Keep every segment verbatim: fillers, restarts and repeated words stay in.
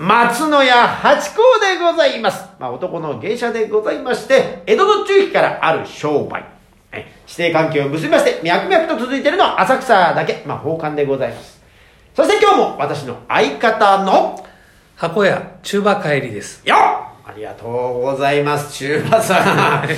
松野屋八甲でございます。まあ、男の芸者でございまして、江戸の中期からある商売。指定関係を結びまして、脈々と続いているのは浅草だけ。まあ、宝冠でございます。そして今日も私の相方の箱屋中馬帰りです。 よっありがとうございます、中馬さん。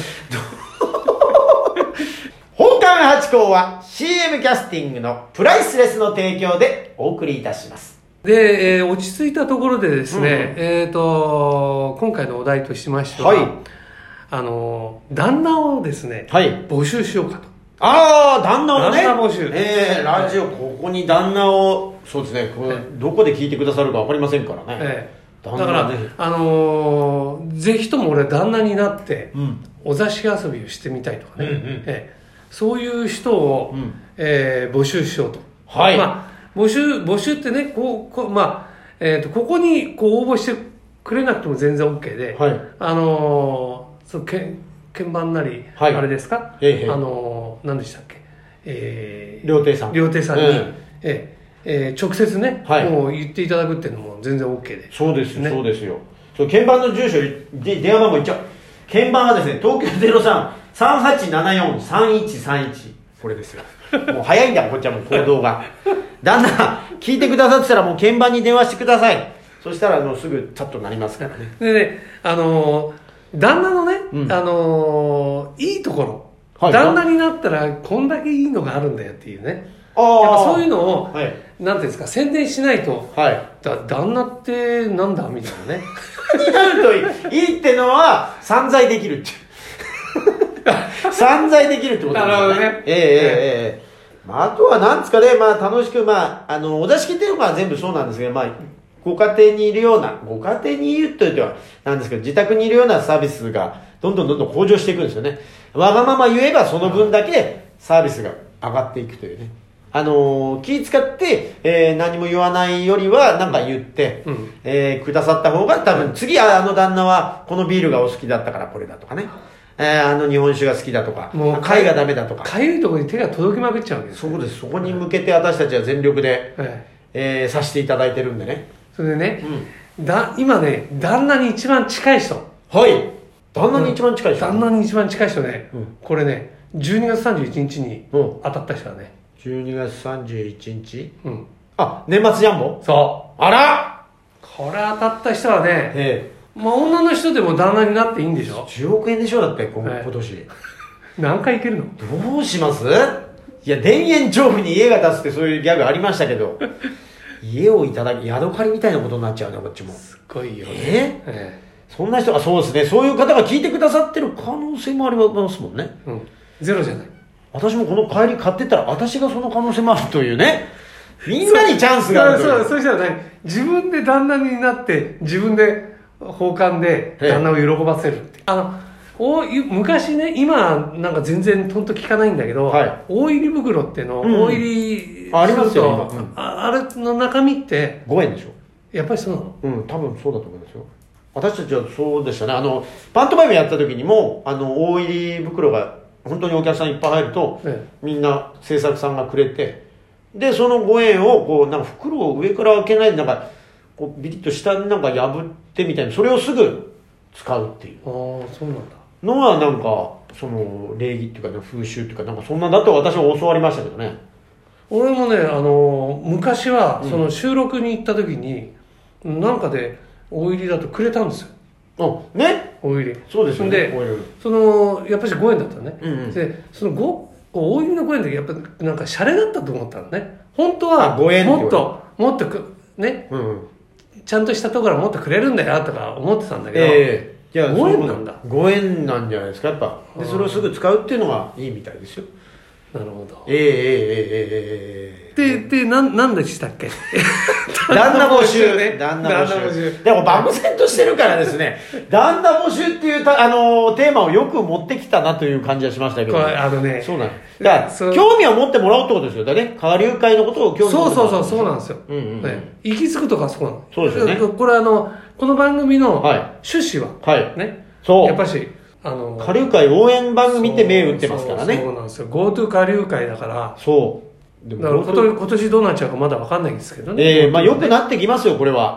宝冠八甲は シーエム キャスティングのプライスレスの提供でお送りいたします。 で、えー、落ち着いたところでですね、 うん、 えっ、ー、と、今回のお題としましては、はい、あの、旦那をですね、はい、募集しようかと。 ああ、旦那をね。 旦那募集。 ええー、ラジオ、ここに旦那を、そうですね、これどこで聞いてくださるかわかりませんからね。ええ、だから、あのー、ぜひとも俺旦那になって、うん、お座敷遊びをしてみたいとかね。うんうん、ええ、そういう人を、うん、えー、募集しようと。はい。まあ、募集、募集ってね、こう、こうまあ、えっ、ー、と、ここにこう応募してくれなくても全然 OK で、はい、あのー、そう、け鍵盤なり、はい、あれですか、ええ、あの何でしたっけ、えー、料亭さん料亭さんに、うん、ええー、直接ね、はい、もう言っていただくっていうのも全然 OK で。 そうですよ、ね、そうですよ。そう、鍵盤の住所で電話番号言っちゃう。鍵盤はですね、東京ゼロさん さんはちななよん さんいちさんいち、これですよ。もう早いんだ、こっちはもう行動が。旦那聞いてくださってたらもう鍵盤に電話してください。そしたらもうすぐチャットになりますからね。 でね、あのー旦那のね、うん、あのー、いいところ、はい、旦那になったらこんだけいいのがあるんだよっていうね。あやっぱそういうのを、はい、なんていうんですか、宣伝しないと、はい、だ旦那ってなんだみたいなね。 になるといいってのは散財できるっていう散財できるってことですね。なるほどね。ええええええ。まあ、あとはなんですかね、まあ楽しく、まあ、あの、お座敷っていうのは全部そうなんですけど、まあ、ご家庭にいるような、ご家庭にいるというとはなんですけど、自宅にいるようなサービスがどんどんどんどん向上していくんですよね。わがまま言えばその分だけサービスが上がっていくというね。あのー、気使って、えー、何も言わないよりはなんか言って、うん、えー、くださった方が多分次はあの旦那はこのビールがお好きだったからこれだとかね。えー、あの日本酒が好きだとか、もう貝がダメだとか。 かゆいところに手が届きまくっちゃうんです。 そうです。そこに向けて私たちは全力で、はい、えー、させていただいてるんでね。 それでね、うん、だ今ね、旦那に一番近い人。 はい。旦那に一番近い人。 旦那に一番近い人ね、うん、これね、じゅうにがつさんじゅういちにちに当たった人だね。 じゅうにがつさんじゅういちにち、うん、あ、年末ジャンボ。 そう。 あらこれ当たった人はね、ええ、まあ女の人でも旦那になっていいんでしょ。 じゅうおくえんでしょだって、今年。 何回いけるの？ どうします？いや、田園調布に家が建つってそういうギャグありましたけど。家をいただき、宿借りみたいなことになっちゃうね、こっちも。 すごいよね。 えー、えー、そんな人が、そうですね、そういう方が聞いてくださってる可能性もありますもんね。 うん。ゼロじゃない。 私もこの帰り買ってったら、私がその可能性もあるというね。みんなにチャンスがあるという。 そう、そうしたらね、自分で旦那になって、自分で奉還で旦那を喜ばせるって。あの、お昔ね、今なんか全然とんと聞かないんだけど、はい、大入り袋っていうの、うん、大入りありますよ、 今、うん、あ, あれの中身ってごえんでしょ。 やっぱりそうなの？ うん、多分そうだと思いますよ。私たちはそうでしたね。あのパントマイムやった時にも、あの大入り袋が本当にお客さんいっぱい入ると、ええ、みんな制作さんがくれて、でそのごえんをこうなんか袋を上から開けないでなんかこうビリッと下になんか破ってみたいな、それをすぐ使うっていう。 ああ、そうなんだ。 のはなんかその礼儀っていうか、ね、風習っていうか、なんかそんなんだと私は教わりましたけどね。 俺もね、あの昔はその収録に行った時に、うん、なんかで大入りだとくれたんですよ。 あ、ね、 大入り。 そうですよね。 で、そのやっぱりごえんだったね。うんうん、でそのご大入りのごえんでやっぱなんかシャレだったと思ったのね。本当はもっともっとくね、うんうん、ちゃんとしたところはもっとくれるんだよとか思ってたんだけど。えーいやごえんなんだ。 ごえんなんじゃないですか、やっぱ。で、それをすぐ使うっていうのがいいみたいですよ。 なるほど。 ええええええええで、で、なん、なんでしたっけ旦那募集ね。旦那募集。でも漠然としてるからですね、旦那募集っていうた、あのー、テーマをよく持ってきたなという感じはしましたけど。 これ、あのね。 そうなんです。だから、興味を持ってもらおうってことですよ。だね。下流会のことを興味を持ってもらう。 そうそうそう、そうなんですよ。うんうん、ね。行き着くとかそうなの。 そうですよね。 これあの、この番組の趣旨は、はい、ね。そう。やっぱし、あの、 下流会応援番組って銘打ってますからね。 そうなんですよ。GoTo 下流会だから。 そう。 でもだから今年どうなっちゃうかまだ分かんないんですけどね。 ええー、まあ良くなってきますよ、これは。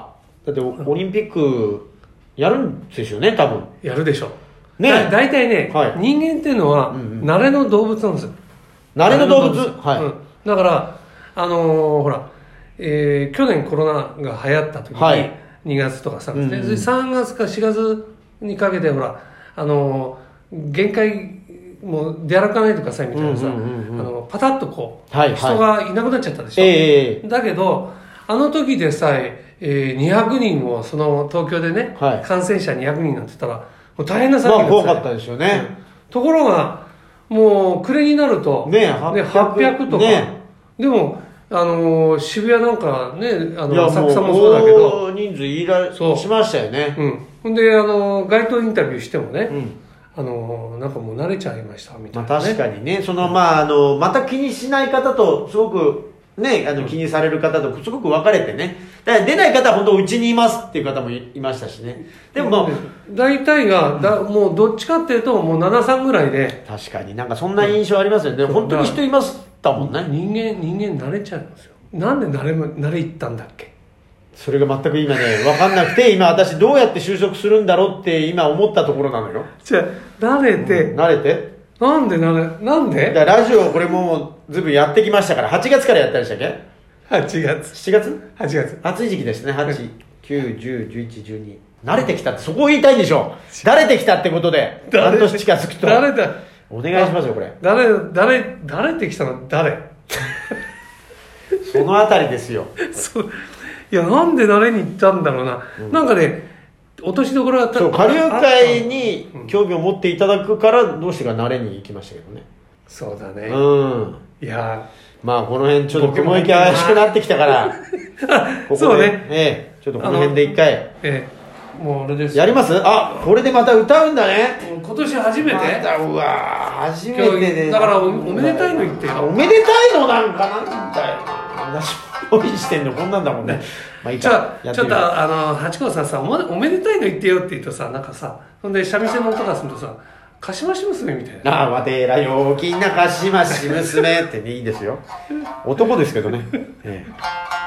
だってオリンピックやるんですよね、多分。 やるでしょね。 だ大体ね、 はい、 人間っていうのは、うんうん、慣れの動物なんですよ。 慣れの動物、はい、 うん。だから、あのー、ほら、えー、去年コロナが流行った時に、はい、にがつとかさんがつ、うんうん、さんがつかしがつにかけて、ほら、あのー、限界、もう出歩かないでくださいみたいなさ、うんうんうんうん、あのパタッとこう、はいはい、人がいなくなっちゃったでしょ。えー、だけど、あの時でさえ、えー、にひゃくにんを、その東京でね、はい、感染者にひゃくにんなんて言ったら、もう大変な騒ぎだった、 まあ、怖かったですよね。 うん、ところが、もう暮れになると、ね、はっぴゃく、はっぴゃくとか、ね、でも、あのー、渋谷なんかね、あの浅草もそうだけど、 大人数いらしましたよね。 うん。ほんで、あのー、街頭インタビューしてもね、うん、あのなんかもう慣れちゃいましたみたいな、ね、 まあ、確かにね、そのまああのまた気にしない方とすごくね、あの気にされる方とすごく分かれてね、だから出ない方は本当うちにいますっていう方も い, いましたしね。でも、まあ、 大体がだもうどっちかっていうともうななさんぐらいで、 確かになんかそんな印象ありますよね。うん、本当に人いましたもんね。 人間人間慣れちゃうんですよ。なんで慣れ慣れいったんだっけ。 それが全く今ね分かんなくて、今私どうやって就職するんだろうって今思ったところなのよ。 じゃあ慣れて、 うん、慣れてなんで慣れなんでだラジオこれもうずいぶんやってきましたから、はちがつからやったりしたっけ。 はちがつしちがつはちがつ暑い時期ですね。はち、きゅう、じゅう、じゅういち、じゅうに慣れてきたってそこを言いたいんでしょ。慣れてきたってことで半年近づくと誰だお願いしますよこれ。 誰誰慣れてきたの誰そのあたりですよ。 そういやなんで慣れに行ったんだろうな、うん、なんかね落としどころがそう下流会に興味を持っていただくからどうしてか慣れに行きましたけどね。 そうだね。 うんいやまあこの辺ちょっと雲行き怪しくなってきたからここでそうね、 ええ、ちょっとこの辺で一回ええもうあれですやります。あこれでまた歌うんだね。 今年初めて、ま、 うわ初めてでだからお, おめでたいの言ってよ。 おめでたいのなんかなんだよ私もいしてんのこんなんだもんね。まあいいか。 ちょっとあのハチ公さんさ お, おめでたいの言ってよって言うとさなんかさほんで三味線の音がするとさかしまし娘みたいな。 ああわてら陽気なかしまし娘ってねいいですよ。男ですけどね。ええ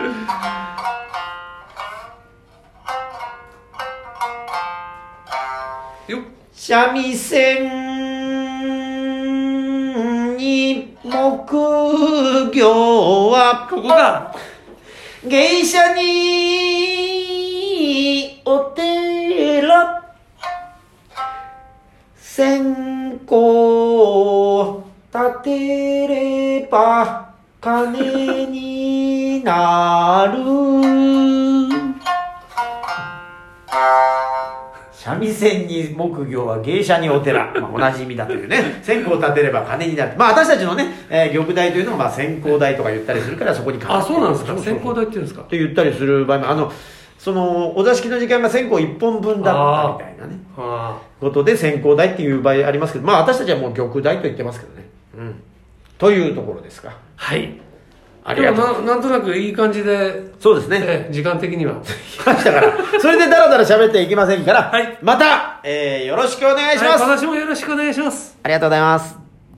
三味線に木魚はここか芸者にお寺線香立てれば金になる。三味線に木魚は芸者にお寺、まあ、おなじみだというね。線香立てれば金になる。まあ私たちのね、えー、玉代というのはまあ線香代とか言ったりするからそこにあそうなんですか。線香代って言うんですか。 と言ったりする場合もあのそのお座敷の時間が線香いっぽんぶんだったみたいなねことで線香代っていう場合ありますけど、まあ私たちはもう玉代と言ってますけどね。うん。というところですか。 はい。ありがとう。な, なんとなくいい感じで。 そうですね。 えー、時間的には。 ましたから。それでダラダラ喋っていきませんから。 はい。 また、えー、よろしくお願いします。 はい、私もよろしくお願いします。 ありがとうございます。